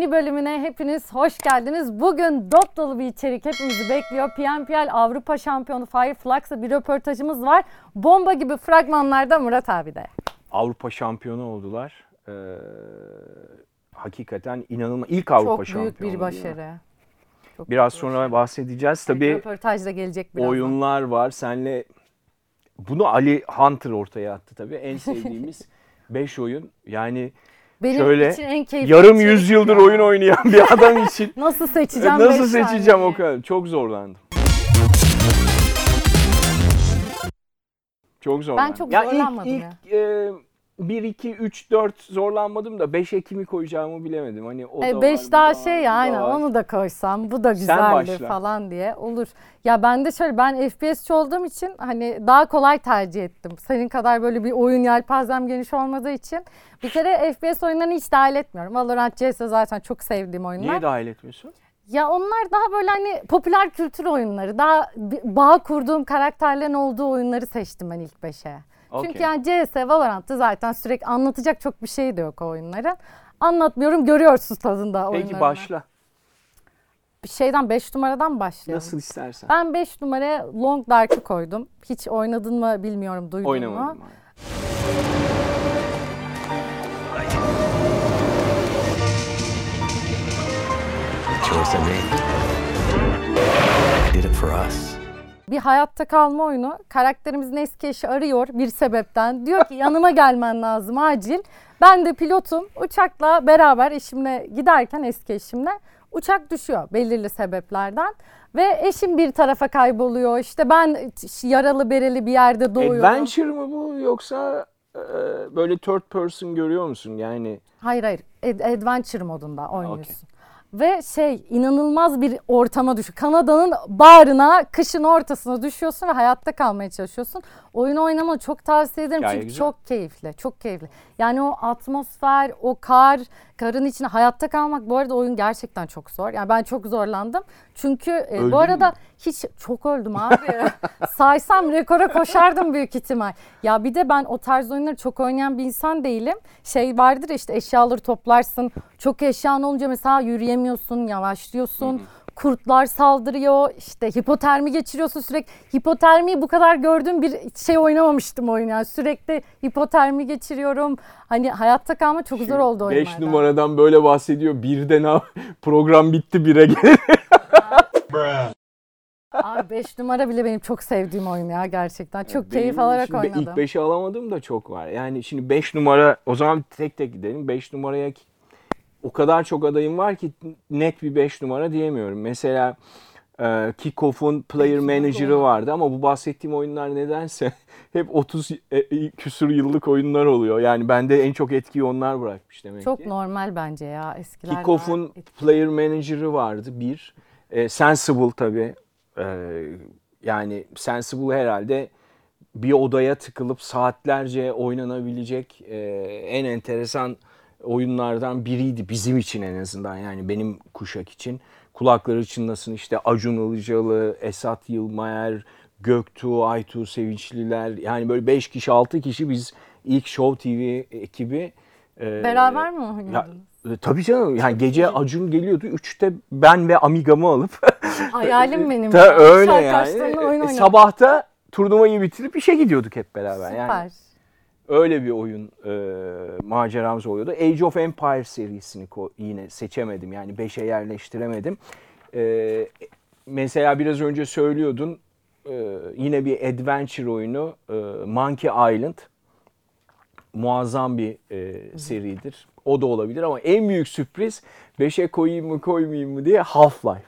yeni bölümüne hepiniz hoş geldiniz. Bugün dop dolu bir içerik hepimizi bekliyor. PNPL Avrupa Şampiyonu Fireflux'la bir röportajımız var. Bomba gibi fragmanlarda Murat abi de. Avrupa şampiyonu oldular. Hakikaten inanılmaz. İlk Avrupa şampiyonu. Çok büyük bir başarı. Biraz sonra bahsedeceğiz. Tabii röportajda gelecek birazdan. Oyunlar var. Senle bunu Ali Hunter ortaya attı tabii. En sevdiğimiz 5 oyun. Yani benim şöyle için en keyifli yarım yüzyıldır oyun oynayan bir adam için nasıl seçeceğim? Nasıl seçeceğim o kadar? Çok zorlandım. Çok zorlandım. Ben çok zorlanmadım ya. 1, 2, 3, 4 zorlanmadım da 5'e kimi koyacağımı bilemedim. Hani o da 5 var, daha var, şey ya aynen onu da koysam bu da güzeldi falan diye olur. Ya ben de şöyle ben FPS'çi olduğum için hani daha kolay tercih ettim. Senin kadar böyle bir oyun yelpazem geniş olmadığı için bir kere FPS oyunlarını hiç dahil etmiyorum. Valorant, CS zaten çok sevdiğim oyunlar. Niye dahil etmiyorsun? Ya onlar daha böyle hani popüler kültür oyunları, daha bağ kurduğum karakterlerin olduğu oyunları seçtim ben ilk 5'e. Okay. Çünkü yani CS, Valorant'ta zaten sürekli anlatacak çok bir şey de yok o oyunların. Anlatmıyorum, görüyorsunuz tadında oyunlarını. Peki başla. Bir şeyden 5 numaradan başlayalım. Nasıl istersen. Ben 5 numaraya Long Dark'ı koydum. Hiç oynadın mı bilmiyorum, duydun mu? Oynamadım. Choice I made. I did it for us. Bir hayatta kalma oyunu. Karakterimizin eski eşi arıyor bir sebepten. Diyor ki yanıma gelmen lazım acil. Ben de pilotum. Uçakla beraber eşimle giderken eski eşimle uçak düşüyor belirli sebeplerden. Ve eşim bir tarafa kayboluyor. İşte ben yaralı bereli bir yerde doğuyorum. Adventure mı bu yoksa böyle third person görüyor musun yani? Hayır. Adventure modunda oynuyorsun. Okay. Ve inanılmaz bir ortama düşüyor. Kanada'nın bağrına, kışın ortasına düşüyorsun ve hayatta kalmaya çalışıyorsun. Oyunu oynamanı çok tavsiye ederim çünkü güzel. Çok keyifli, çok keyifli. Yani o atmosfer, o karın içinde hayatta kalmak, bu arada oyun gerçekten çok zor. Yani ben çok zorlandım. Çünkü bu arada çok öldüm abi. Saysam rekora koşardım büyük ihtimal. Ya bir de ben o tarz oyunları çok oynayan bir insan değilim. Vardır ya işte eşyaları toplarsın. Çok eşyan olunca mesela yürüyemiyorsun, yavaşlıyorsun. Kurtlar saldırıyor, işte hipotermi geçiriyorsun sürekli. Hipotermiyi bu kadar gördüğüm bir oynamamıştım oyun yani. Sürekli hipotermi geçiriyorum. Hani hayatta kalma çok zor oldu oyunlarda. 5 numaradan böyle bahsediyor. Birden program bitti 1'e gelir. Abi 5 numara bile benim çok sevdiğim oyun ya gerçekten. Çok keyif alarak oynadım. İlk 5'i alamadım da çok var. Yani şimdi 5 numara, o zaman tek tek gidelim. 5 numaraya o kadar çok adayım var ki net bir 5 numara diyemiyorum. Mesela Kickoff'un Player Manager'ı vardı ama bu bahsettiğim oyunlar nedense hep 30 küsur yıllık oyunlar oluyor. Yani bende en çok etkiyi onlar bırakmış demek çok ki. Çok normal bence ya eskiler. Kickoff'un Player Manager'ı vardı bir. Sensible tabii. Yani Sensible herhalde bir odaya tıkılıp saatlerce oynanabilecek en enteresan oyunlardan biriydi bizim için en azından, yani benim kuşak için. Kulakları çınlasın işte Acun Ilıcalı, Esat Yılmayer, Göktuğ, Aytuğ Sevinçliler, yani böyle 5 kişi 6 kişi biz ilk Show TV ekibi. Beraber mi oynuyordunuz? Tabii canım, yani gece Acun geliyordu 3'te ben ve Amiga'mı alıp. Hayalim benim. Öyle yani. Sabahta turnuvayı bitirip işe gidiyorduk hep beraber. Süper. Yani. Öyle bir oyun maceramız oluyordu. Age of Empires serisini yine seçemedim. Yani 5'e yerleştiremedim. Mesela biraz önce söylüyordun yine bir adventure oyunu Monkey Island. Muazzam bir seridir. O da olabilir ama en büyük sürpriz 5'e koyayım mı koymayayım mı diye Half-Life.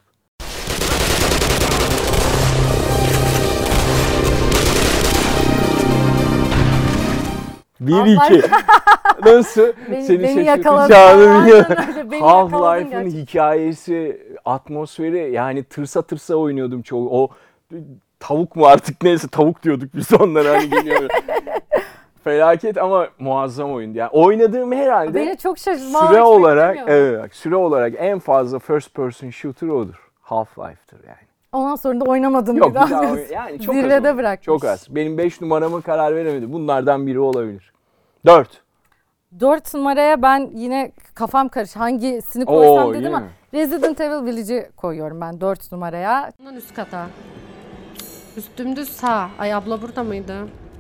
Bir iki. Nasıl? Seni şaşırtacağını biliyorum. Half-Life'ın hikayesi, atmosferi, yani tırsa oynuyordum çoğu. O tavuk mu artık neyse, tavuk diyorduk biz onlara, hani geliyor. Felaket ama muazzam oyun. Yani oynadığım herhalde beni çok süre olarak en fazla first person shooter odur. Half-Life'tır yani. Ondan sonra da oynamadım. Yok, bir daha yani çok zirvede az bırakmış. Çok az. Benim 5 numaramı karar veremedim. Bunlardan biri olabilir. 4. 4 numaraya ben yine kafam karış. Hangisini koysam Oo, dedim yine ama mi? Resident Evil Village'i koyuyorum ben 4 numaraya. Bundan üst kata. Üst dümdüz sağ. Ay abla burada mıydı?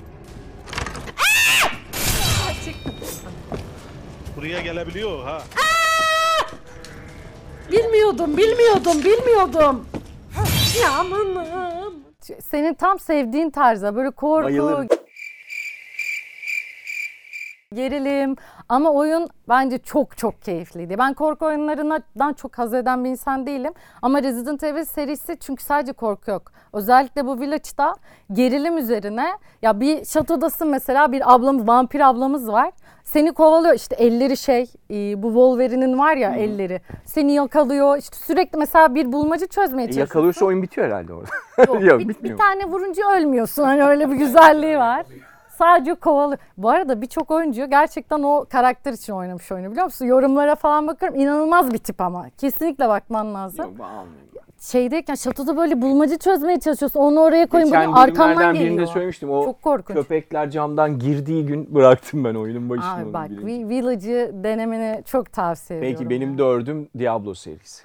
Buraya gelebiliyor ha. Bilmiyordum. Ya amanım. Senin tam sevdiğin tarzda böyle korku, Bayılırım. gerilim ama oyun bence çok çok keyifliydi. Ben korku oyunlarından çok haz eden bir insan değilim ama Resident Evil serisi çünkü sadece korku yok. Özellikle bu Village'da gerilim üzerine ya bir şatodasın mesela bir ablamız, vampir ablamız var. Seni kovalıyor işte elleri bu Wolverine'in var ya elleri. Seni yakalıyor işte sürekli mesela bir bulmaca çözmeye çalışıyorsun. Yakalıyorsa oyun bitiyor herhalde orada. Yok, Yok, bir bitmiyor. tane vurunca ölmüyorsun. Hani öyle bir güzelliği var. Sadece kovalıyor. Bu arada birçok oyuncu gerçekten o karakter için oynamış oyunu biliyor musun? Yorumlara falan bakıyorum. İnanılmaz bir tip ama. Kesinlikle bakman lazım. Yok, ben almayayım. Şeydeyken şatoda böyle bulmaca çözmeye çalışıyorsun. Onu oraya koyun. Geçen Bunu arkandan bölümlerden geliyor. birinde söylemiştim. O Çok korkunç. köpekler camdan girdiği gün bıraktım ben oyunun başını. Abi onu bak bilince. Village'ı denemeni çok tavsiye ediyorum. Peki benim 4'üm Diablo serisi.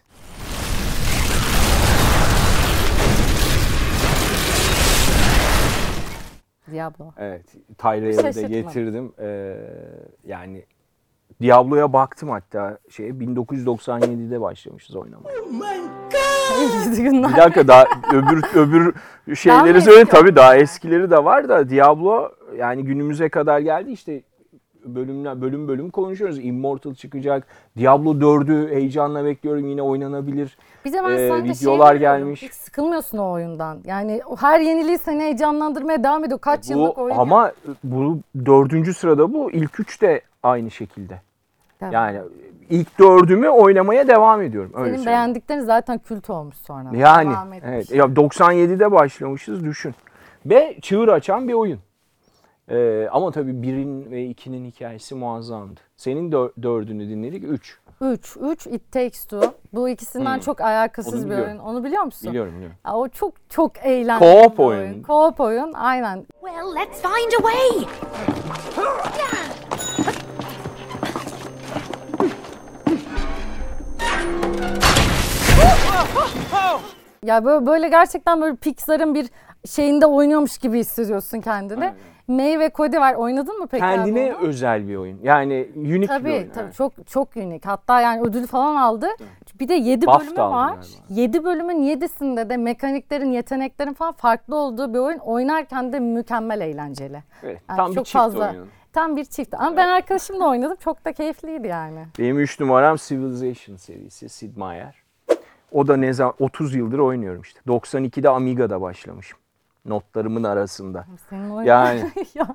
Diablo. Evet. Tyrell'ı da Şaşırtmadı. getirdim. Yani Diablo'ya baktım hatta 1997'de başlamışız oynamaya. İyi günler. Bir dakika daha öbür Daha şeyleri mı söyle eski tabii daha eskileri de var da Diablo yani günümüze kadar geldi işte bölüm konuşuyoruz. Immortal çıkacak. Diablo 4'ü heyecanla bekliyorum yine oynanabilir. Bir de ben sende videolar görüyorum, gelmiş. Hiç sıkılmıyorsun o oyundan. Yani her yeniliği seni heyecanlandırmaya devam ediyor. Kaç yıllık oyun. Ama bu 4. sırada bu. İlk 3 de aynı şekilde. Tabii. Yani ilk 4'ümü oynamaya devam ediyorum. Öyle Senin söyleyeyim. beğendiklerin zaten kült olmuş sonra. Yani Devam etmiş. evet. Ya 97'de başlamışız düşün. Ve çığır açan bir oyun. Ama tabii 1'in ve 2'nin hikayesi muazzamdı. Senin 4'ünü dinledik 3. 3 It Takes Two. Bu ikisinden çok Onu alakasız bir biliyorum. oyun. Onu biliyor musun? Biliyorum. Ya, o çok eğlenceli Co-op bir oyun. Co-op oyun aynen. Well, let's find a way. Ya böyle gerçekten böyle Pixar'ın bir şeyinde oynuyormuş gibi hissediyorsun kendini. Aynen. May ve Cody var. Oynadın mı peki? Kendine abi onu? özel bir oyun. Yani unique bir Tabii oyun. tabii Evet. çok unik. Hatta yani ödül falan aldı. Bir de 7 BAFTA bölümü aldı var. galiba. 7 bölümün 7'sinde de mekaniklerin, yeteneklerin falan farklı olduğu bir oyun. Oynarken de mükemmel eğlenceli. Evet, Yani tam bir çok çift fazla. oyun. Tam bir çift. Ama ben arkadaşımla oynadım. Çok da keyifliydi yani. Benim 3 numaram Civilization serisi Sid Meier. O da ne zaman 30 yıldır oynuyorum işte. 92'de Amiga'da başlamışım. Notlarımın arasında. Senin oyun... Yani Ya.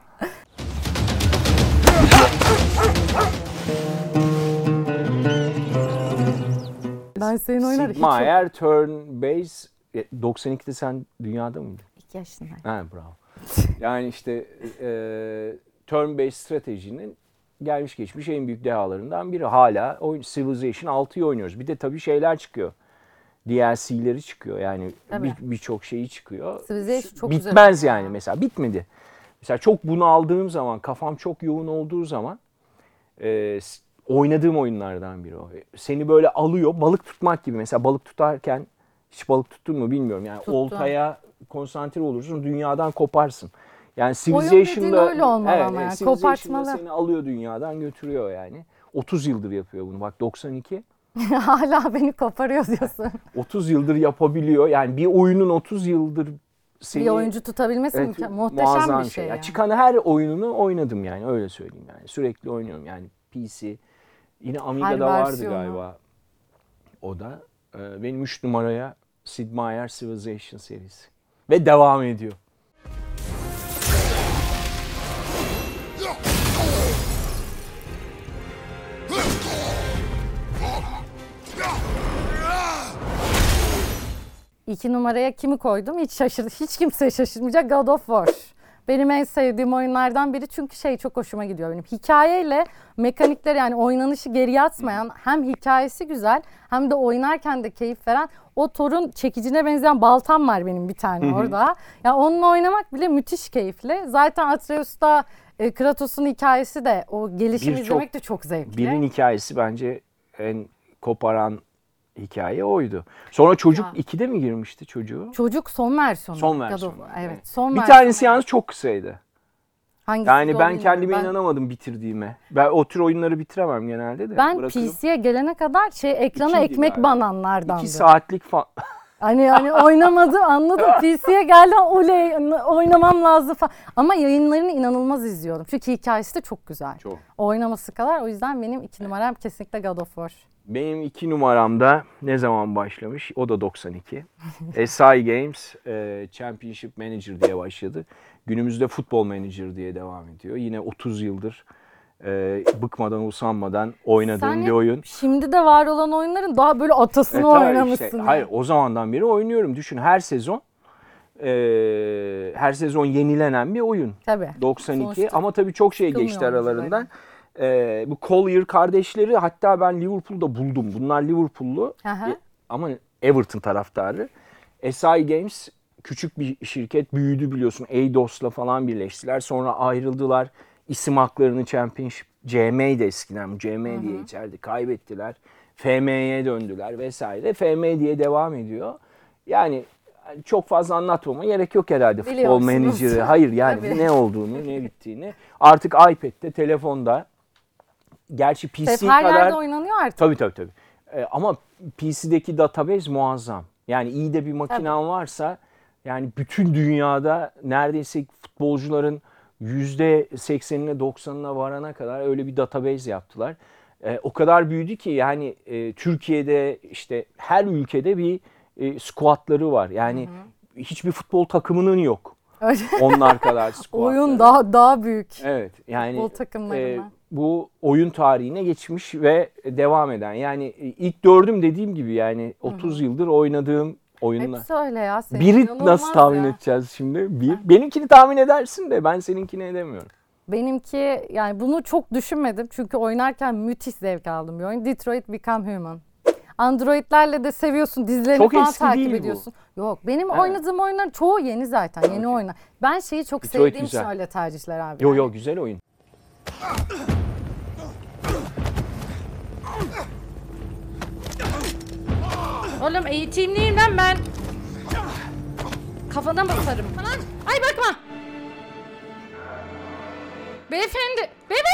Ben senin oyunları Sid hiç Meier turn base 92'de sen dünyada mıydın? 2 yaşındayım. Ha bravo. Yani işte turn based stratejinin gelmiş geçmiş en büyük dehalarından biri. Hala Civilization 6'yı oynuyoruz. Bir de tabii şeyler çıkıyor. DLC'leri çıkıyor. Yani Tabii. birçok şeyi çıkıyor. Civilization çok güzel. Bitmez yani mesela. Bitmedi. Mesela çok bunu aldığım zaman, kafam çok yoğun olduğu zaman oynadığım oyunlardan biri o. Seni böyle alıyor, balık tutmak gibi. Mesela balık tutarken hiç balık tuttun mu bilmiyorum. Yani Tuttum. oltaya konsantre olursun, dünyadan koparsın. Yani Oyun Civilization'da dediğin öyle olmalı ama yani, Civilization'da kopartmalı. seni alıyor dünyadan götürüyor yani. 30 yıldır yapıyor bunu. Bak 92. Hala beni koparıyor diyorsun. 30 yıldır yapabiliyor. Yani bir oyunun 30 yıldır seni Bir oyuncu tutabilmesi Evet, muhteşem muazzam bir şey. Ya Yani. çıkan her oyununu oynadım yani öyle söyleyeyim yani. Sürekli oynuyorum yani PC. Yine Amiga'da vardı versiyonu. galiba. O da benim 3 numaraya Sid Meier Civilization serisi. Ve devam ediyor. İki numaraya kimi koydum? Hiç kimseye şaşırmayacak God of War. Benim en sevdiğim oyunlardan biri çünkü çok hoşuma gidiyor benim. Hikayeyle mekanikler yani oynanışı geriye atmayan hem hikayesi güzel hem de oynarken de keyif veren o Thor'un çekicine benzeyen baltam var benim bir tane orada. Ya onunla oynamak bile müthiş keyifli. Zaten Atreus'ta Kratos'un hikayesi de o gelişimi Birçok- izlemek de çok zevkli. Birinin hikayesi bence en koparan hikaye oydu. Sonra çocuk Ya. 2'de mi girmişti çocuğu? Çocuk son versiyonu. Son God of- versiyonu, Evet, evet. son Bir versiyonu. tanesi yalnız çok kısaydı. Hangisi Yani de o ben bilmiyorum. kendime inanamadım bitirdiğime. Ben o tür oyunları bitiremem genelde de. Ben Bırakırım. PC'ye gelene kadar ekrana İkiydi ekmek galiba. bananlardandı. 2 saatlik falan. Hani oynamadım, anladım. PC'ye geldim, oley oynamam lazım falan. Ama yayınlarını inanılmaz izliyorum. Çünkü hikayesi de çok güzel. Çok. Oynaması kadar. O yüzden benim 2 numaram kesinlikle God of War. Benim 2 numaramda ne zaman başlamış? O da 92. SI Games Championship Manager diye başladı. Günümüzde Football Manager diye devam ediyor. Yine 30 yıldır bıkmadan usanmadan oynadığım Sen bir oyun. Şimdi de var olan oyunların daha böyle atasını Tabii oynamışsın. işte, yani. hayır, o zamandan beri oynuyorum. Düşün, her sezon yenilenen bir oyun. Tabii. 92 Sonuçta ama tabii çok şey sıkılmıyor geçti aralarından. Bu Collier kardeşleri, hatta ben Liverpool'da buldum. Bunlar Liverpool'lu Aha. ama Everton taraftarı. SI Games küçük bir şirket, büyüdü biliyorsun. Eidos'la falan birleştiler. Sonra ayrıldılar. İsim haklarını Championship, CM'ydi eskiden. CM diye içerdi. Kaybettiler. FM'ye döndüler vesaire. FM diye devam ediyor. Yani çok fazla anlatmama gerek yok herhalde futbol Biliyorsunuz. menajeri. Hayır yani Tabii. ne olduğunu, ne bittiğini. Artık iPad'de, telefonda. Gerçi PC Her kadar... yerde oynanıyor artık. Tabii. Ama PC'deki database muazzam. Yani iyi de bir makinen varsa, yani bütün dünyada neredeyse futbolcuların %80'ine 90'ına varana kadar öyle bir database yaptılar. O kadar büyüdü ki yani Türkiye'de işte her ülkede bir squadları var. Yani hiçbir futbol takımının yok. Onlar kadar squadları. Oyun daha büyük. Evet yani Futbol takımlarına. bu oyun tarihine geçmiş ve devam eden. Yani ilk dördüm dediğim gibi yani 30 yıldır oynadığım oyunlar. Hepsi öyle ya. Senin Biri inanılmaz nasıl tahmin ya. edeceğiz şimdi? Benimkini tahmin edersin de ben seninkini edemiyorum. Benimki, yani bunu çok düşünmedim. Çünkü oynarken müthiş zevk aldım bir oyun. Detroit Become Human. Androidlerle de seviyorsun. Dizilerini Çok falan eski takip değil bu. ediyorsun. Yok, benim Evet. oynadığım oyunların çoğu yeni zaten. Yeni oyunlar. Ben şeyi çok Detroit sevdiğim için güzel. öyle tercihler abi. Yo güzel oyun. Oğlum eğitimliyim lan ben. Kafadan basarım falan. Ay bakma. Beyefendi.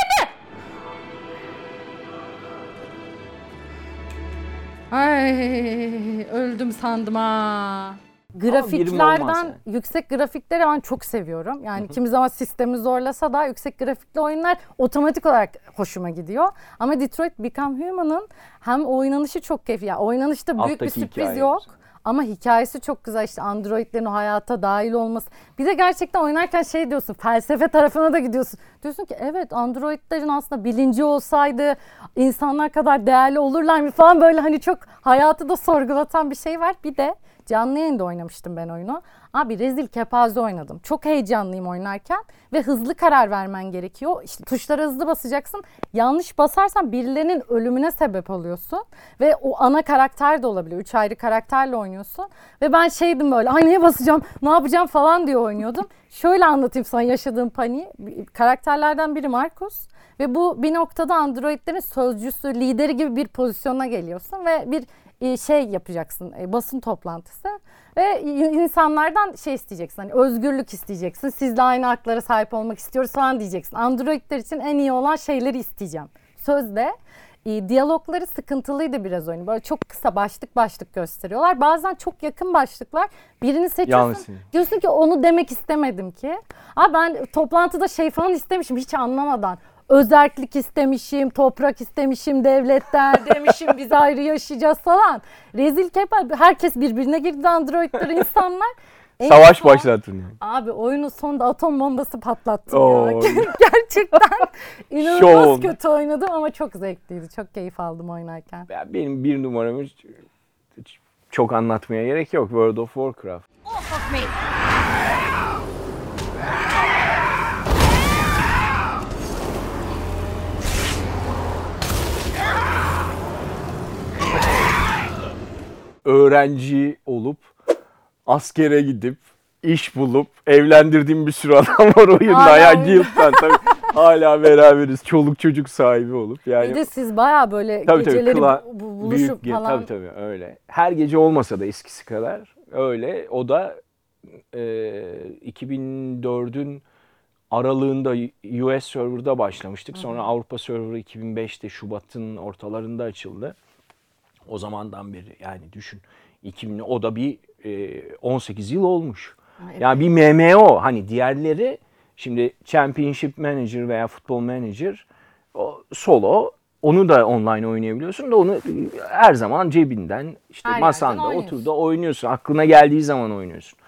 Ay öldüm sandım ha. birim olmaz Grafiklerden yani. yüksek grafikleri ben çok seviyorum. Yani kimi zaman sistemi zorlasa da yüksek grafikli oyunlar otomatik olarak hoşuma gidiyor. Ama Detroit Become Human'ın hem oynanışı çok keyifli. Yani oynanışta büyük bir Alttaki sürpriz hikaye yok. güzel. Ama hikayesi çok güzel, işte androidlerin o hayata dahil olması. Bir de gerçekten oynarken şey diyorsun, felsefe tarafına da gidiyorsun. Diyorsun ki evet, androidlerin aslında bilinci olsaydı insanlar kadar değerli olurlar mı falan, böyle hani çok hayatı da sorgulatan bir şey var. Bir de canlı yayında oynamıştım ben oyunu. Abi rezil kepaze oynadım. Çok heyecanlıyım oynarken ve hızlı karar vermen gerekiyor. İşte tuşlara hızlı basacaksın. Yanlış basarsan birilerinin ölümüne sebep oluyorsun. Ve o ana karakter de olabiliyor. 3 ayrı karakterle oynuyorsun. Ve ben şeydim böyle, ay neye basacağım, ne yapacağım falan diye oynuyordum. Şöyle anlatayım sana yaşadığım paniği. Karakterlerden biri Marcus. Ve bu bir noktada androidlerin sözcüsü, lideri gibi bir pozisyona geliyorsun. Ve bir şey yapacaksın, basın toplantısı ve insanlardan şey isteyeceksin, hani özgürlük isteyeceksin, sizle aynı haklara sahip olmak istiyoruz falan diyeceksin. Androidler için en iyi olan şeyleri isteyeceğim. Sözde diyalogları sıkıntılıydı biraz oyunu. Böyle çok kısa başlık gösteriyorlar. Bazen çok yakın başlıklar. Birini seçiyorsun. Yanlış. Diyorsun ki onu demek istemedim ki. Abi ben toplantıda şey falan istemişim hiç anlamadan. Özerklik istemişim, toprak istemişim, devletten demişim biz ayrı yaşayacağız falan. Rezil kepa, herkes birbirine girdi, androidler, insanlar. Savaş başlattın yani. Abi oyunun sonunda atom bombası patlattım Oo. ya. Gerçekten inanılmaz Şov. kötü oynadım ama çok zevkliydi. Çok keyif aldım oynarken. Ya benim bir numaramı hiç çok anlatmaya gerek yok. World of Warcraft. Off of me! Öğrenci olup askere gidip iş bulup evlendirdiğim bir sürü adam var oyunda. Hala Ya oyunda. Guild'den tabii hala beraberiz. Çoluk çocuk sahibi olup yani. Bir de siz bayağı böyle Tabii, geceleri kla- buluşup büyük, falan. Tabii öyle. Her gece olmasa da eskisi kadar öyle. O da 2004'ün aralığında US server'da başlamıştık. Sonra Avrupa server'ı 2005'te Şubat'ın ortalarında açıldı. O zamandan beri yani düşün. 2000 o da bir 18 yıl olmuş. Yani bir MMO hani diğerleri şimdi Championship Manager veya Football Manager o solo onu da online oynayabiliyorsun da onu her zaman cebinden işte Her masanda yerden oynuyorsun. otur da oynuyorsun. Aklına geldiği zaman oynuyorsun.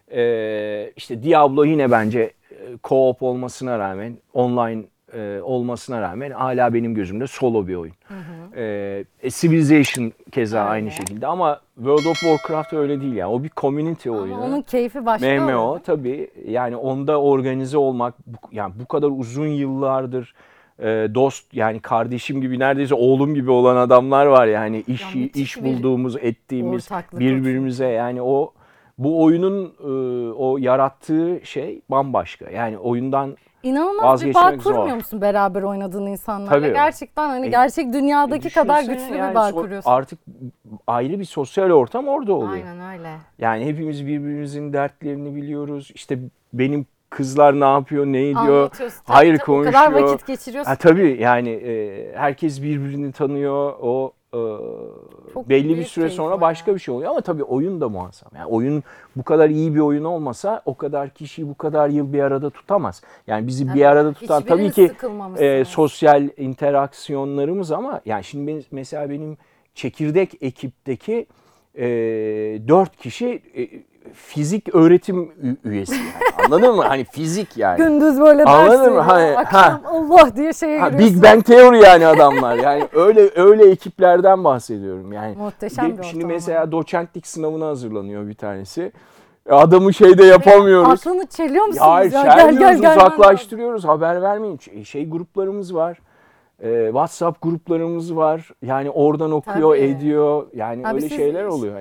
İşte Diablo yine bence co-op olmasına rağmen online olmasına rağmen hala benim gözümde solo bir oyun. Civilization keza aynı şekilde ama World of Warcraft öyle değil yani. O bir community oyunu. Ama onun keyfi başka MMO oluyor. tabii yani onda organize olmak yani bu kadar uzun yıllardır dost yani kardeşim gibi neredeyse oğlum gibi olan adamlar var yani müthiş iş bir bulduğumuz ettiğimiz ortaklık birbirimize yani bu oyunun o yarattığı şey bambaşka yani oyundan İnanılmaz bir bağ vazgeçmek kurmuyor zor. musun beraber oynadığın insanlarla? Tabii. Gerçekten hani gerçek dünyadaki kadar Düşünsene güçlü yani bir bağ kuruyorsun. artık ayrı bir sosyal ortam orada oluyor. Aynen öyle. Yani hepimiz birbirimizin dertlerini biliyoruz. İşte benim kızlar ne yapıyor, ne ediyor, Anlatıyorsun. Tabii, hayır tabii. konuşuyor. O kadar vakit geçiriyorsun. Ha, tabii yani herkes birbirini tanıyor. O Çok belli bir büyük süre keyif sonra o başka ya. bir şey oluyor ama tabii oyun da muazzam. Yani oyun bu kadar iyi bir oyun olmasa o kadar kişiyi bu kadar yıl bir arada tutamaz. Yani bizi bir arada tutan tabii Hiçbiriniz ki sıkılmamışsınız. sosyal interaksiyonlarımız ama yani şimdi mesela benim çekirdek ekipteki 4 kişi fizik öğretim üyesi yani. Anladın mı? Hani fizik yani. Gündüz böyle ders Anladın mı? veriyor, Hani, akşam Allah diye şeye giriyorsun. Big Bang Theory yani adamlar. Yani öyle ekiplerden bahsediyorum. Yani Muhteşem bir ortam şimdi ama. mesela doçentlik sınavına hazırlanıyor bir tanesi. Adamı şeyde yapamıyoruz. Aklını çeliyor musunuz Hayır, ya? çelmiyoruz, gel. uzaklaştırıyoruz. Haber vermeyin. Şey gruplarımız var. WhatsApp gruplarımız var. Yani oradan okuyor, Tabii. ediyor. Yani Abi öyle siz- şeyler oluyor.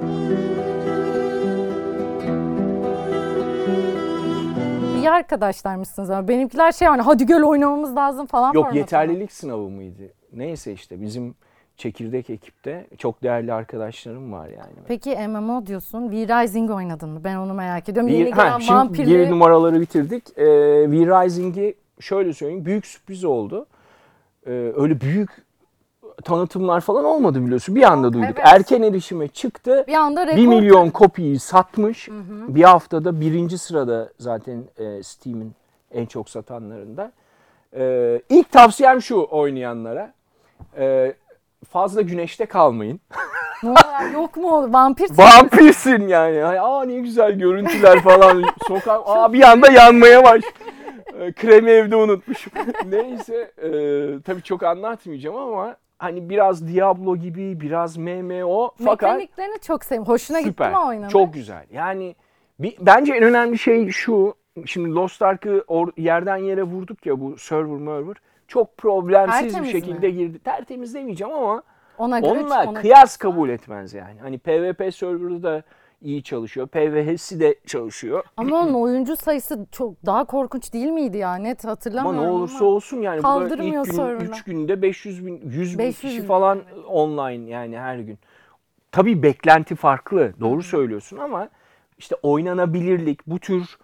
İyi arkadaşlarmışsınız ama benimkiler şey hani hadi gel oynamamız lazım falan. Yok formatı. yeterlilik sınavı mıydı? Neyse işte bizim çekirdek ekipte çok değerli arkadaşlarım var yani. Peki MMO diyorsun. V-Rising oynadın mı? Ben onu merak ediyorum. Yeni Şimdi gelen geri vampirli. numaraları bitirdik. V-Rising'i şöyle söyleyeyim büyük sürpriz oldu. Öyle büyük tanıtımlar falan olmadı biliyorsun. Bir anda duyduk. evet. Erken erişime çıktı. Bir anda rekor. 1 milyon kopiyi satmış. Bir haftada birinci sırada zaten Steam'in en çok satanlarında. İlk tavsiyem şu oynayanlara. Fazla güneşte kalmayın. Ne oluyor? Yok mu? Vampir Vampirsin yani. Ay, ne güzel görüntüler falan. Sokak bir anda yanmaya baş. Kremi evde unutmuşum. Neyse tabii çok anlatmayacağım ama hani biraz Diablo gibi biraz MMO fakat mekaniklerini çok seviyorum. Hoşuna gitti süper. mi oynamak? Çok güzel. Yani bence en önemli şey şu. Şimdi Lost Ark'ı yerden yere vurduk ya bu server. Çok problemsiz Tertemiz bir şekilde mi? girdi. Tertemiz demeyeceğim ama Ona göre onlar kıyas kabul etmez yani. Hani PvP server'ı da iyi çalışıyor. PvH'si de çalışıyor. Ama onun oyuncu sayısı çok daha korkunç değil miydi ya? Net Ama hatırlamıyorum ne olursa olsun yani bu da kaldırmıyor ilk gün server'ı. 3 günde 500 bin, 100 bin 500 kişi bin, falan online yani her gün. Tabii beklenti farklı. Doğru söylüyorsun ama işte oynanabilirlik, bu tür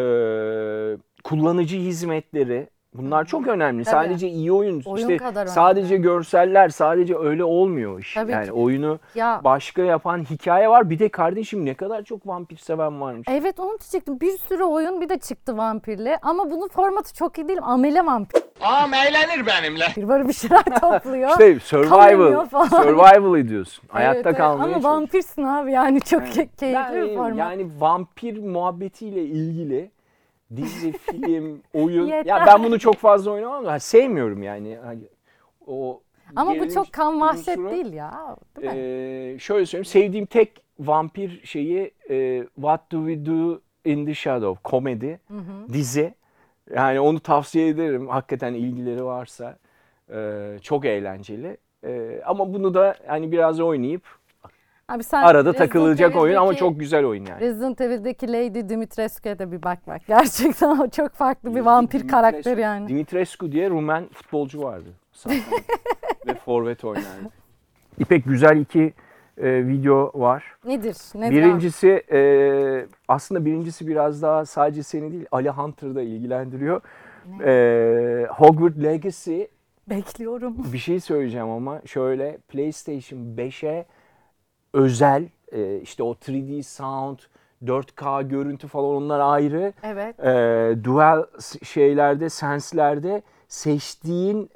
kullanıcı hizmetleri bunlar çok önemli. Tabii. Sadece iyi oyun işte kadar sadece önemli. görseller, sadece öyle olmuyor iş. Tabii yani ki. oyunu Ya- başka yapan hikaye var. Bir de kardeşim ne kadar çok vampir seven varmış. Evet onu diyecektim. Bir sürü oyun bir de çıktı vampirli. Ama bunun formatı çok iyi değil. Amele vampir. Eğlenir benimle. Böyle bir şeyler topluyor. İşte Kamemiyor falan. survival ediyorsun. Evet, Hayatta evet. kalmaya Ama çalışıyorsun. vampirsin abi yani çok keyifli bir format. Yani vampir muhabbetiyle ilgili dizi, film, oyun. Yeter. Ya ben bunu çok fazla oynamam da sevmiyorum yani. Hani o Ama bu gerilim çok kan vahşet unsuru, değil ya. Değil mi? şöyle söyleyeyim. Sevdiğim tek vampir şeyi What Do We Do in the Shadow komedi dizi. Yani onu tavsiye ederim. Hakikaten ilgileri varsa çok eğlenceli. Ama bunu da hani biraz oynayıp Abi sen Arada Resident takılacak oyun ama Evil'deki- çok güzel oyun yani. Resident Evil'deki Lady Dimitrescu'ya da bir bak. Gerçekten o çok farklı bir vampir karakteri yani. Dimitrescu diye Rumen futbolcu vardı. Sağ kanat ve forvet oynardı. İpek, güzel iki video var. Nedir? Birincisi aslında biraz daha sadece seni değil Ali Hunter'ı da ilgilendiriyor. Hogwarts Legacy. Bekliyorum. Bir şey söyleyeceğim ama şöyle, PlayStation 5'e özel işte o 3D sound, 4K görüntü falan, onlar ayrı. Evet. Dual şeylerde, senslerde seçtiğin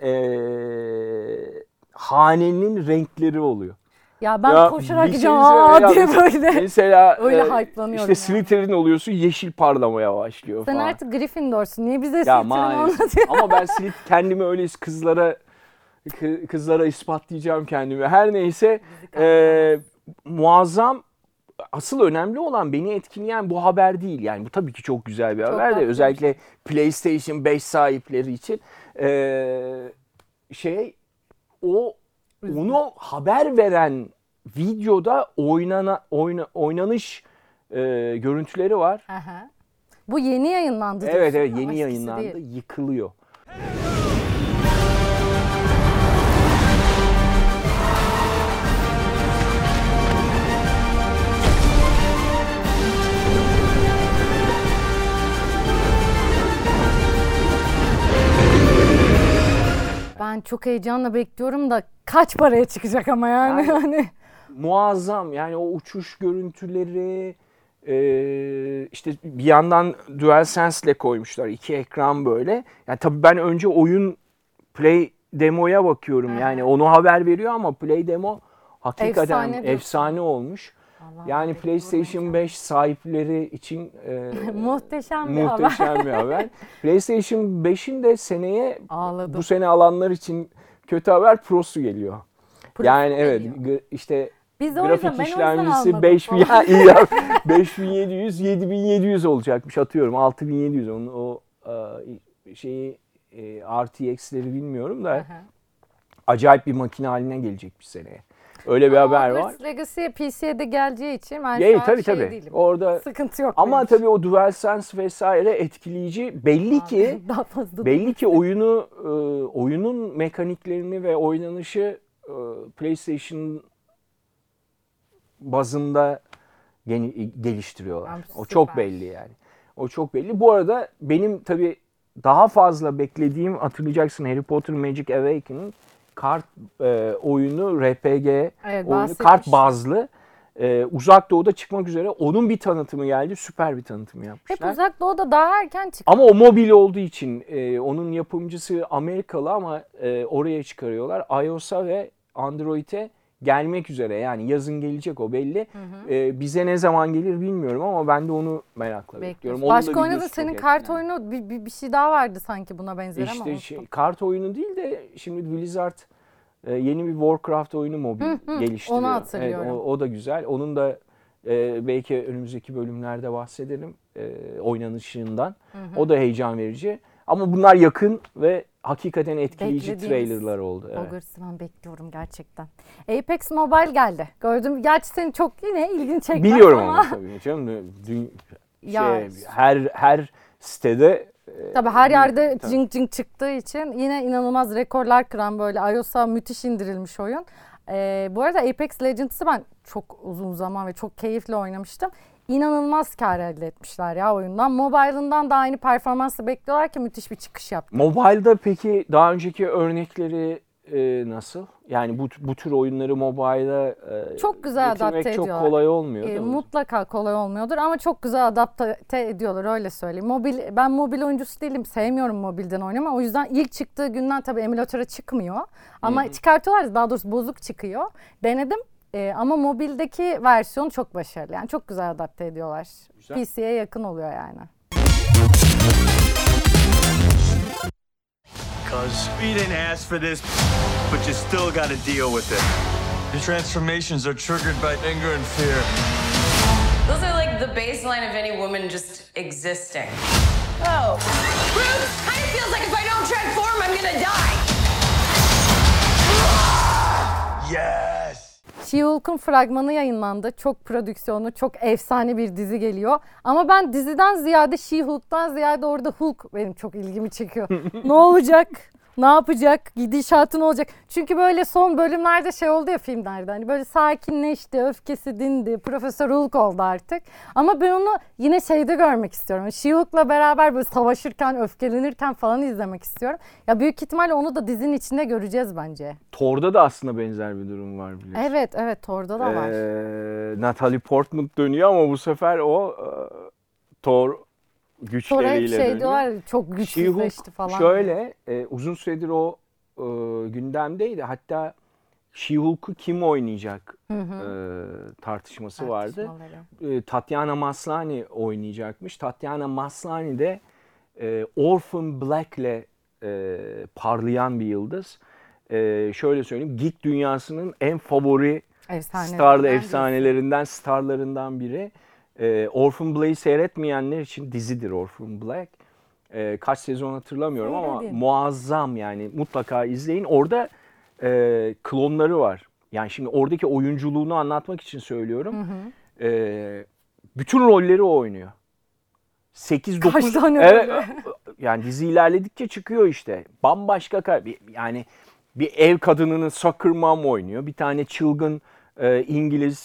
hanenin renkleri oluyor. Ya ben Ya koşarak bir şey gideceğim söyleyeyim diye böyle. Mesela Öyle hype'lanıyorum işte yani. Slytherin oluyorsun, yeşil parlamaya başlıyor Sen falan. artık Gryffindor'sun. Niye bize Ya Slytherin maalesef. anlatıyorsun? Ama ben kendimi öyle kızlara ispatlayacağım kendimi. Her neyse, muazzam. Asıl önemli olan, beni etkileyen bu haber değil. Yani bu tabii ki çok güzel bir haber de, tatlı. özellikle PlayStation 5 sahipleri için. Onu haber veren videoda oynanış görüntüleri var. Aha. Bu yeni yayınlandı. Evet diyorsun ama yeni eskisi yayınlandı. değil. Yıkılıyor. Ben çok heyecanla bekliyorum da kaç paraya çıkacak ama yani. Hani Muazzam yani, o uçuş görüntüleri, işte bir yandan DualSense'le koymuşlar, 2 ekran böyle. Yani tabii ben önce oyun Play Demo'ya bakıyorum, yani onu haber veriyor ama Play Demo hakikaten Efsane efsane olmuş. Vallahi Yani PlayStation 5 sahipleri için muhteşem bir haber. muhteşem bir haber. PlayStation 5'in de seneye, Ağladım. bu sene alanlar için kötü haber, Pro'su geliyor. Pro'su Yani evet geliyor. işte Biz o grafik yüzden, ben o yüzden işlemcisi almadım 5000 falan. 5700 7700 olacakmış, atıyorum 6700, onun o şeyi RTX'leri bilmiyorum da Aha. acayip bir makine haline gelecek bir seneye. Öyle bir haber var. Hogwarts Legacy PC'ye de geleceği için ben Yani, şu an tabii şey tabii. değilim. Orada Sıkıntı yok. ama benim tabii o DualSense vesaire etkileyici. Belli için. ki Daha fazla oyunun mekaniklerini ve oynanışı PlayStation bazında geliştiriyorlar. Abi, O çok süper. belli yani. O çok belli. Bu arada benim tabii daha fazla beklediğim, hatırlayacaksın, Harry Potter Magic Awaken'ın kart oyunu, RPG oyunu, bahsetmiştim. kart bazlı. Uzak Doğu'da çıkmak üzere. Onun bir tanıtımı geldi. Süper bir tanıtımı yapmışlar. Hep Uzak Doğu'da daha erken çıktı. Ama o mobil olduğu için onun yapımcısı Amerikalı ama oraya çıkarıyorlar. iOS'a ve Android'e gelmek üzere. Yani yazın gelecek, o belli. Bize ne zaman gelir bilmiyorum ama ben de onu merakla bekliyorum. Onun da Başka oynadın, videosu senin çok kart etkilendi. oyunu bir şey daha vardı sanki buna benzer ama İşte unuttum. kart oyunu değil de şimdi Blizzard yeni bir Warcraft oyunu mobil geliştiriyor. onu hatırlıyorum. Evet, o da güzel. Onun da belki önümüzdeki bölümlerde bahsedelim oynanışından. O da heyecan verici. Ama bunlar yakın ve hakikaten etkileyici Beklediğimiz trailerlar oldu. Evet. Hogwarts'ı ben bekliyorum gerçekten. Apex Mobile geldi. Gördüm. Gerçi senin çok yine ilgin çekmez Biliyorum ama. ama tabii canım. Ya, Her sitede tabii her yerde tabii. cink cink çıktığı için yine inanılmaz rekorlar kıran, böyle iOS'a müthiş indirilmiş oyun. Bu arada Apex Legends'ı ben çok uzun zaman ve çok keyifle oynamıştım. İnanılmaz kar elde etmişler ya oyundan. Mobile'ından da aynı performansı bekliyorlar ki müthiş bir çıkış yaptı. Mobile'da peki daha önceki örnekleri nasıl? Yani bu tür oyunları mobile'a Çok güzel getirmek adapte çok ediyorlar. kolay olmuyor değil mi? Mutlaka kolay olmuyordur ama çok güzel adapte ediyorlar, öyle söyleyeyim. Ben mobil oyuncusu değilim, sevmiyorum mobilden oynamayı. O yüzden ilk çıktığı günden tabii emülatöre çıkmıyor. Ama çıkartıyorlar, daha doğrusu bozuk çıkıyor. Denedim ama mobildeki versiyon çok başarılı. Yani çok güzel adapte ediyorlar. Güzel. PC'ye yakın oluyor yani. Cuz we didn't ask for this, but you still gotta deal with it. The transformations are triggered by anger and fear. Those are like the baseline of any woman just existing. Oh. Bruce, kind of feels like if I don't transform, I'm gonna die. Yes! She-Hulk'un fragmanı yayınlandı. Çok prodüksiyonu, çok efsane bir dizi geliyor. Ama ben diziden ziyade She-Hulk'tan ziyade orada Hulk benim çok ilgimi çekiyor. Ne olacak? Ne yapacak? Gidişatı ne olacak? Çünkü böyle son bölümlerde şey oldu ya filmlerde. Hani böyle sakinleşti, öfkesi dindi. Profesör Hulk oldu artık. Ama ben onu yine şeyde görmek istiyorum. She-Hulk'la beraber böyle savaşırken, öfkelenirken falan izlemek istiyorum. Ya büyük ihtimalle onu da dizinin içinde göreceğiz bence. Thor'da da aslında benzer bir durum var biliyorsun. Evet Thor'da da var. Natalie Portman dönüyor ama bu sefer o Thor güçleriyle Sonra hep dönüyor. şey diyorlar çok güçsüzleşti falan. Şöyle uzun süredir o gündemdeydi. Hatta She-Hulk'u kim oynayacak tartışması vardı. Tatiana Maslany oynayacakmış. Tatiana Maslany de Orphan Black'le parlayan bir yıldız. Şöyle söyleyeyim, geek dünyasının en favori starlarından biri. Orphan Black'i seyretmeyenler için dizidir Orphan Black. Kaç sezon hatırlamıyorum ama muazzam, yani mutlaka izleyin. Orada klonları var. Yani şimdi oradaki oyunculuğunu anlatmak için söylüyorum. Bütün rolleri o oynuyor. 8-9 Kaç tane evet, yani dizi ilerledikçe çıkıyor işte. Bambaşka yani bir ev kadınının soccer mom oynuyor. Bir tane çılgın İngiliz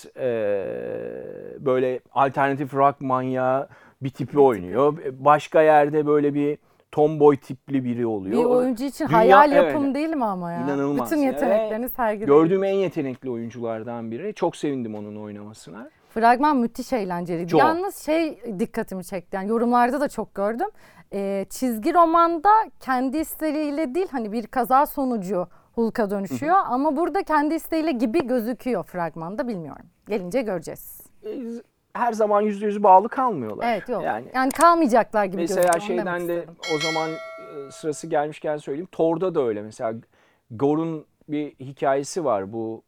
böyle alternatif rock manyağı bir tipi oynuyor. Başka yerde böyle bir tomboy tipli biri oluyor. Bir oyuncu için hayal yapım değil mi ama ya? İnanılmaz. Bütün yeteneklerini sergiliyor. Gördüğüm en yetenekli oyunculardan biri. Çok sevindim onun oynamasına. Fragman müthiş eğlenceliydi. Çok. Yalnız dikkatimi çekti. Yani yorumlarda da çok gördüm. Çizgi romanda kendi isteğiyle değil, hani bir kaza sonucu Hulk'a dönüşüyor. Ama burada kendi isteğiyle gibi gözüküyor fragmanda, bilmiyorum. Gelince göreceğiz. Her zaman %100 bağlı kalmıyorlar. Evet, yok. Yani kalmayacaklar gibi gözüküyor. Mesela şeyden de o zaman sırası gelmişken söyleyeyim. Thor'da da öyle. Mesela Gor'un bir hikayesi var. Bu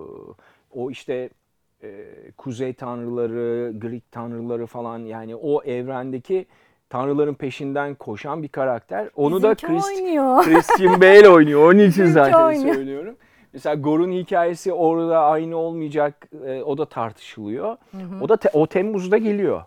o işte kuzey tanrıları, Greek tanrıları falan, yani o evrendeki tanrıların peşinden koşan bir karakter. Onu da Christian Bale oynuyor. Onun için zaten söylüyorum. Mesela Gor'un hikayesi orada aynı olmayacak. O da tartışılıyor. O da o Temmuz'da geliyor.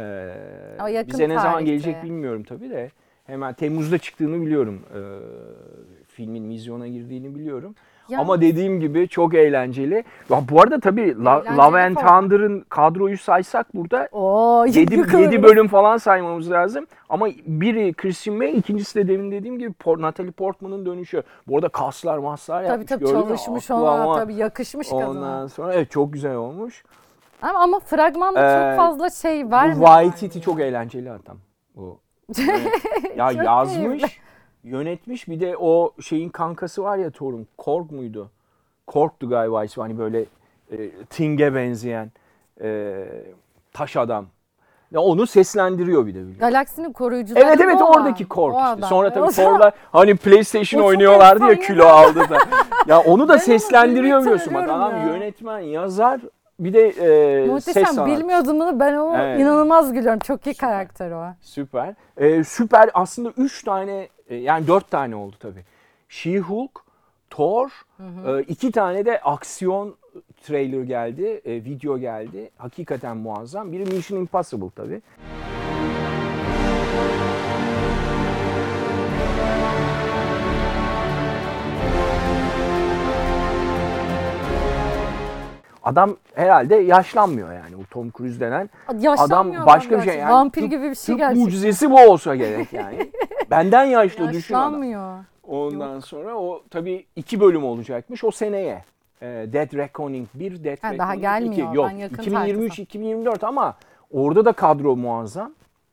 Bize ne zaman gelecek bilmiyorum tabii de. Hemen Temmuz'da çıktığını biliyorum. Filmin vizyona girdiğini biliyorum. Ama dediğim gibi çok eğlenceli. Bu arada tabii Love and Thunder'ın kadroyu saysak burada 7 bölüm falan saymamız lazım. Ama biri Christian Bale, ikincisi de demin dediğim gibi Natalie Portman'ın dönüşü. Bu arada kaslar yapmış. Tabii çalışmış ona, tabii yakışmış kadına. Ondan sonra çok güzel olmuş. Ama fragmanda çok fazla şey vermiyor. Bu Waititi çok eğlenceli adam. Bu. Ya yazmış. Yönetmiş, bir de o şeyin kankası var ya Thor'un, Korg muydu? Korg'tu galiba ismi, hani böyle Thing'e benzeyen taş adam. Ya onu seslendiriyor bir de. Galaksinin koruyucuları. Evet oradaki Korg işte. Sonra tabii Thor'lar hani PlayStation oynuyorlardı ya, kilo aldı da. Ya onu da seslendiriyor biliyorsun. Bak adam yönetmen, yazar, bir de ses sanatçısı. Bilmiyordum bunu, ben onu inanılmaz gülüyorum. Çok iyi karakter o. Süper. Süper aslında 3 tane, yani 4 tane oldu tabii. She-Hulk, Thor, 2 tane de aksiyon trailer geldi, video geldi. Hakikaten muazzam. Biri Mission Impossible tabii. Adam herhalde yaşlanmıyor yani, bu Tom Cruise denen adam başka bir şey yani. Vampir gibi bir şey gerçekten. Mucizesi bu olsa gerek yani. Benden yaşlı düşün adam. Yaşlanmıyor. Ondan sonra o tabii 2 bölüm olacakmış o seneye. Dead Reckoning 1, Dead Reckoning 2. Daha gelmiyor. Yok 2023-2024 ama orada da kadro muazzam.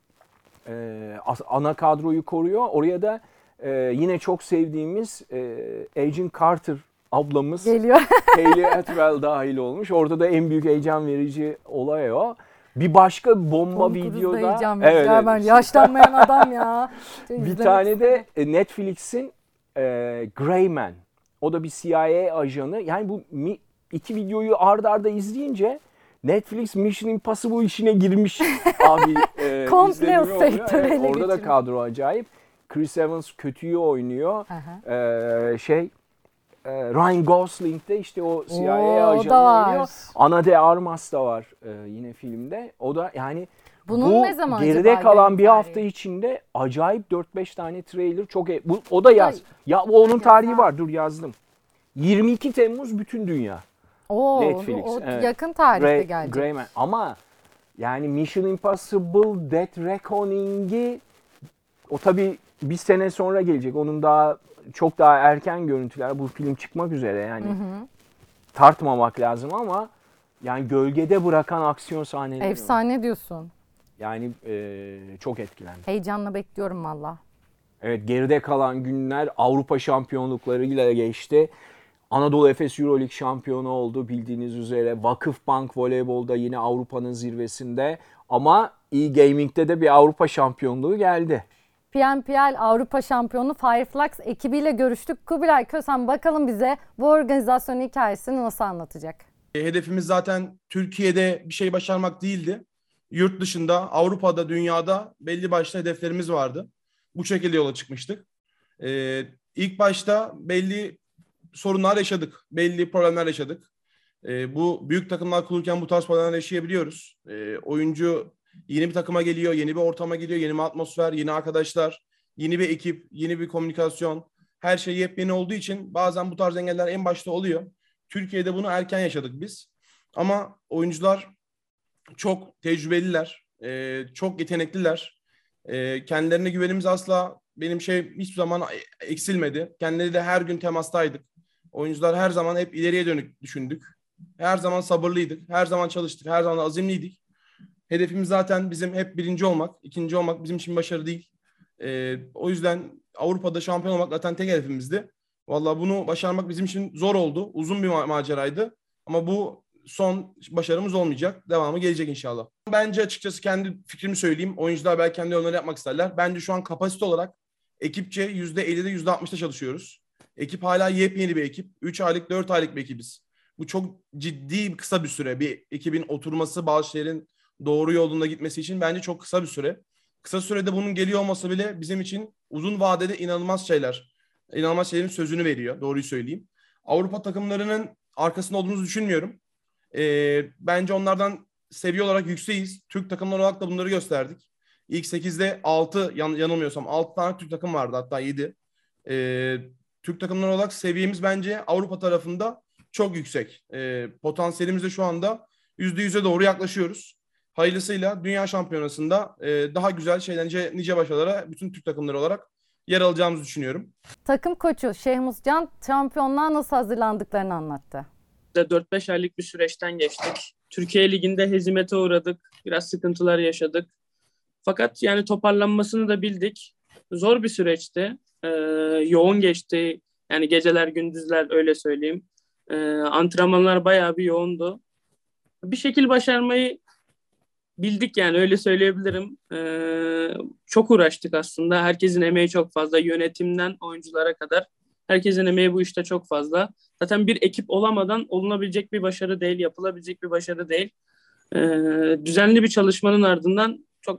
Ana kadroyu koruyor. Oraya da yine çok sevdiğimiz Agent Carter ablamız geliyor. Hayley Atwell dahil olmuş. Orada da en büyük heyecan verici olay o. Bir başka bomba Tom videoda. Ben yaşlanmayan adam ya. Bir tane de Netflix'in Gray Man. O da bir CIA ajanı. Yani bu 2 videoyu ard arda izleyince Netflix Mission Impossible işine girmiş abi. Komple o sektörü ele orada da kadro acayip. Chris Evans kötüyü oynuyor. Ryan Gosling de işte o CIA Oo, o da ajanı var. oynuyor. Ana de Armas da var yine filmde. O da yani Bunun bu ne zaman geride acaba kalan bir yayın hafta tarihi? içinde acayip 4-5 tane trailer çok o da yaz. Ya onun tarihi var. Dur yazdım. 22 Temmuz bütün dünya. Oo, Netflix. o Evet. yakın tarihte gelecek. Greyman. Ama yani Mission Impossible Death Reckoning'i o tabii bir sene sonra gelecek. Onun daha çok daha erken görüntüler. Bu film çıkmak üzere yani. Tartmamak lazım ama yani gölgede bırakan aksiyon sahneleri var. Efsane diyorsun. Yani çok etkilendim. Heyecanla bekliyorum valla. Evet, geride kalan günler Avrupa şampiyonluklarıyla geçti. Anadolu Efes Euroleague şampiyonu oldu bildiğiniz üzere. Vakıfbank voleybolda yine Avrupa'nın zirvesinde. Ama e-gaming'de de bir Avrupa şampiyonluğu geldi. PNPL Avrupa Şampiyonu Fireflux ekibiyle görüştük. Kubilay Kösen bakalım bize bu organizasyon hikayesini nasıl anlatacak? Hedefimiz zaten Türkiye'de bir şey başarmak değildi. Yurt dışında, Avrupa'da, dünyada belli başlı hedeflerimiz vardı. Bu şekilde yola çıkmıştık. İlk başta belli sorunlar yaşadık. Belli problemler yaşadık. Bu büyük takımlar kurulurken bu tarz problemler yaşayabiliyoruz. Oyuncu yeni bir takıma geliyor, yeni bir ortama geliyor, yeni bir atmosfer, yeni arkadaşlar, yeni bir ekip, yeni bir komünikasyon. Her şey yepyeni olduğu için bazen bu tarz engeller en başta oluyor. Türkiye'de bunu erken yaşadık biz. Ama oyuncular çok tecrübeliler, çok yetenekliler. Kendilerine güvenimiz asla hiçbir zaman eksilmedi. Kendileri de her gün temastaydık. Oyuncular her zaman hep ileriye dönük düşündük. Her zaman sabırlıydık, her zaman çalıştık, her zaman azimliydik. Hedefimiz zaten bizim hep birinci olmak, ikinci olmak bizim için başarı değil. O yüzden Avrupa'da şampiyon olmak zaten tek hedefimizdi. Vallahi bunu başarmak bizim için zor oldu. Uzun bir maceraydı. Ama bu son başarımız olmayacak. Devamı gelecek inşallah. Bence açıkçası kendi fikrimi söyleyeyim. Oyuncular belki kendi yollarını yapmak isterler. Bence şu an kapasite olarak ekipçe %50'de %60'da çalışıyoruz. Ekip hala yepyeni bir ekip. 3 aylık, 4 aylık bir ekibiz. Bu çok ciddi kısa bir süre. Bir ekibin oturması, bazı şeylerin doğru yolunda gitmesi için bence çok kısa bir süre. Kısa sürede bunun geliyor olması bile bizim için uzun vadede inanılmaz şeylerin sözünü veriyor. Doğruyu söyleyeyim. Avrupa takımlarının arkasında olduğumuzu düşünmüyorum. Bence onlardan seviye olarak yükseğiz. Türk takımları olarak da bunları gösterdik. İlk 8'de 6 yanılmıyorsam 6 tane Türk takım vardı, hatta 7. Türk takımları olarak seviyemiz bence Avrupa tarafında çok yüksek. Potansiyelimiz de şu anda %100'e doğru yaklaşıyoruz. Hayırlısıyla Dünya Şampiyonası'nda daha güzel nice başarılara bütün Türk takımları olarak yer alacağımızı düşünüyorum. Takım koçu Şehmus Can şampiyonluğa nasıl hazırlandıklarını anlattı. 4-5 aylık bir süreçten geçtik. Türkiye Ligi'nde hezimete uğradık. Biraz sıkıntılar yaşadık. Fakat yani toparlanmasını da bildik. Zor bir süreçti. Yoğun geçti. Yani geceler, gündüzler öyle söyleyeyim. Antrenmanlar bayağı bir yoğundu. Bir şekil başarmayı bildik yani öyle söyleyebilirim. Çok uğraştık aslında. Herkesin emeği çok fazla. Yönetimden oyunculara kadar. Herkesin emeği bu işte çok fazla. Zaten bir ekip olamadan olunabilecek bir başarı değil, yapılabilecek bir başarı değil. Düzenli bir çalışmanın ardından çok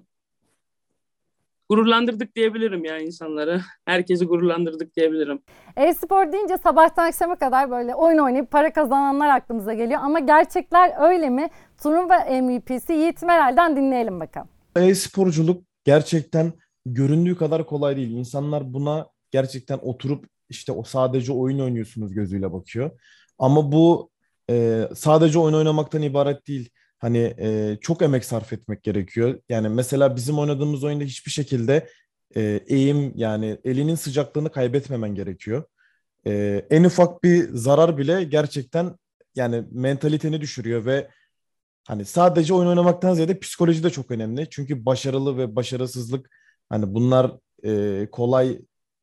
gururlandırdık diyebilirim ya insanları. Herkesi gururlandırdık diyebilirim. E-spor deyince sabahtan akşama kadar böyle oyun oynayıp para kazananlar aklımıza geliyor. Ama gerçekler öyle mi? Turnuva MVP'si Yiğit Meral'den dinleyelim bakalım. E-sporculuk gerçekten göründüğü kadar kolay değil. İnsanlar buna gerçekten oturup işte o sadece oyun oynuyorsunuz gözüyle bakıyor. Ama bu sadece oyun oynamaktan ibaret değil. Hani çok emek sarf etmek gerekiyor. Yani mesela bizim oynadığımız oyunda hiçbir şekilde eğim yani elinin sıcaklığını kaybetmemen gerekiyor. En ufak bir zarar bile gerçekten yani mentaliteni düşürüyor ve hani sadece oyun oynamaktan ziyade psikoloji de çok önemli. Çünkü başarılı ve başarısızlık hani bunlar kolay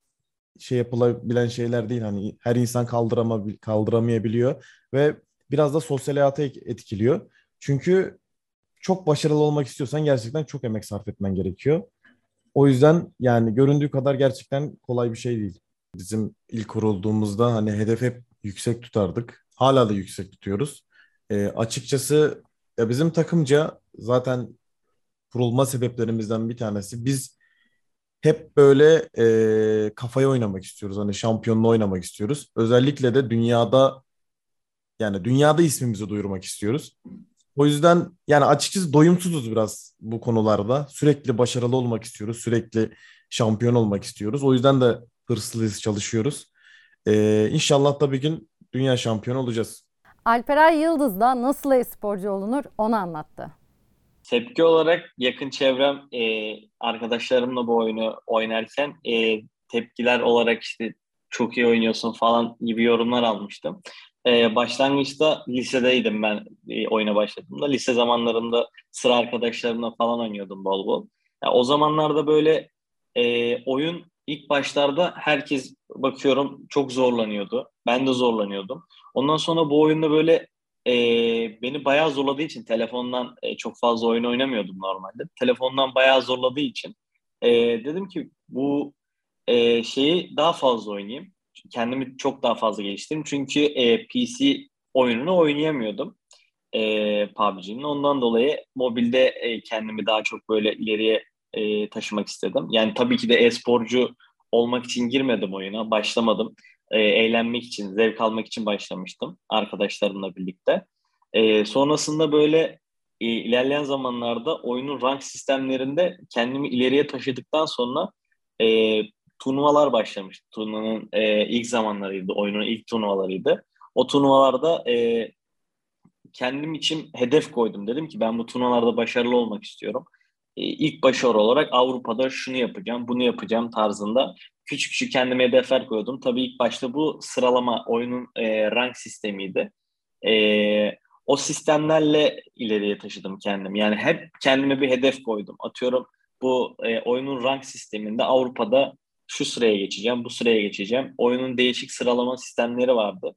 yapılabilen şeyler değil. Hani her insan kaldıramayabiliyor ve biraz da sosyal hayata etkiliyor. Çünkü çok başarılı olmak istiyorsan gerçekten çok emek sarf etmen gerekiyor. O yüzden yani göründüğü kadar gerçekten kolay bir şey değil. Bizim ilk kurulduğumuzda hani hedef hep yüksek tutardık. Hala da yüksek tutuyoruz. Açıkçası ya bizim takımca zaten kurulma sebeplerimizden bir tanesi biz hep böyle kafaya oynamak istiyoruz. Hani şampiyonluğu oynamak istiyoruz. Özellikle de dünyada ismimizi duyurmak istiyoruz. O yüzden yani açıkçası doyumsuzuz biraz bu konularda. Sürekli başarılı olmak istiyoruz. Sürekli şampiyon olmak istiyoruz. O yüzden de hırslıyız, çalışıyoruz. İnşallah da bir gün dünya şampiyonu olacağız. Alperay Yıldız da nasıl e-sporcu olunur onu anlattı. Tepki olarak yakın çevrem arkadaşlarımla bu oyunu oynarken tepkiler olarak işte çok iyi oynuyorsun falan gibi yorumlar almıştım. Başlangıçta lisedeydim ben oyuna başladığımda. Lise zamanlarında sıra arkadaşlarımla falan oynuyordum bol bol. Ya, o zamanlarda böyle oyun ilk başlarda herkes bakıyorum çok zorlanıyordu. Ben de zorlanıyordum. Ondan sonra bu oyunda böyle beni bayağı zorladığı için telefondan çok fazla oyun oynamıyordum normalde. Telefondan bayağı zorladığı için dedim ki bu şeyi daha fazla oynayayım. Kendimi çok daha fazla geliştirdim. Çünkü PC oyununu oynayamıyordum PUBG'nin. Ondan dolayı mobilde kendimi daha çok böyle ileriye taşımak istedim. Yani tabii ki de e-sporcu olmak için girmedim oyuna. Başlamadım. Eğlenmek için, zevk almak için başlamıştım arkadaşlarımla birlikte. Sonrasında böyle ilerleyen zamanlarda oyunun rank sistemlerinde kendimi ileriye taşıdıktan sonra turnuvalar başlamıştı. Turnuvanın ilk zamanlarıydı, oyunun ilk turnuvalarıydı. O turnuvalarda kendim için hedef koydum. Dedim ki ben bu turnuvalarda başarılı olmak istiyorum. İlk başarı olarak Avrupa'da şunu yapacağım, bunu yapacağım tarzında küçük küçük kendime hedefler koydum. Tabii ilk başta bu sıralama oyunun rank sistemiydi. O sistemlerle ileriye taşıdım kendimi. Yani hep kendime bir hedef koydum. Atıyorum bu oyunun rank sisteminde Avrupa'da şu sıraya geçeceğim, bu sıraya geçeceğim. Oyunun değişik sıralama sistemleri vardı.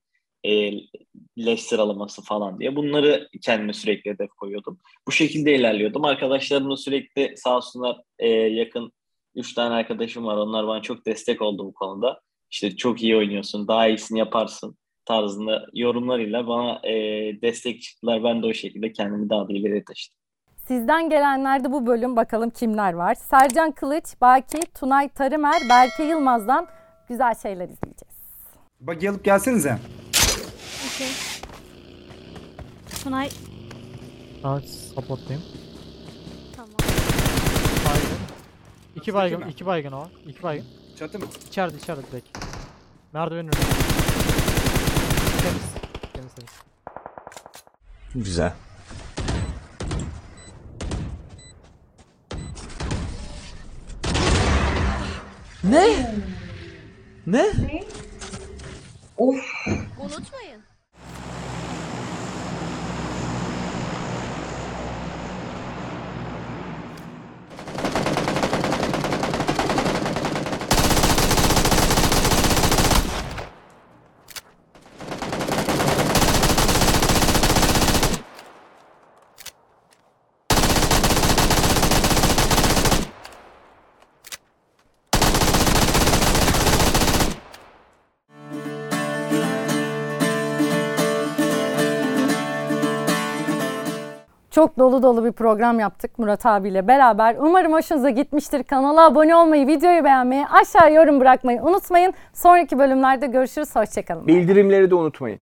Leş sıralaması falan diye. Bunları kendime sürekli hedef koyuyordum. Bu şekilde ilerliyordum. Arkadaşlarımla sürekli sağ olsunlar yakın 3 tane arkadaşım var. Onlar bana çok destek oldu bu konuda. İşte çok iyi oynuyorsun, daha iyisini yaparsın tarzında yorumlarıyla bana destek çıktılar. Ben de o şekilde kendimi daha da ileriye taşıdım. Sizden gelenlerde bu bölüm bakalım kimler var? Sercan Kılıç, Baki, Tunay Tarımer, Berke Yılmaz'dan güzel şeyler izleyeceğiz. Bagi alıp gelsenize. Okay. Tunay. Supportlayayım. Tamam. Baygın. İki baygın o. İki baygın. Çatı mı? İçeride direkt. Merdivenin önünde. Temiz. Güzel. Ne? Of. Unutmayın. Çok dolu bir program yaptık Murat abiyle beraber. Umarım hoşunuza gitmiştir. Kanala abone olmayı, videoyu beğenmeyi, aşağı yorum bırakmayı unutmayın. Sonraki bölümlerde görüşürüz. Hoşçakalın. Bildirimleri de unutmayın.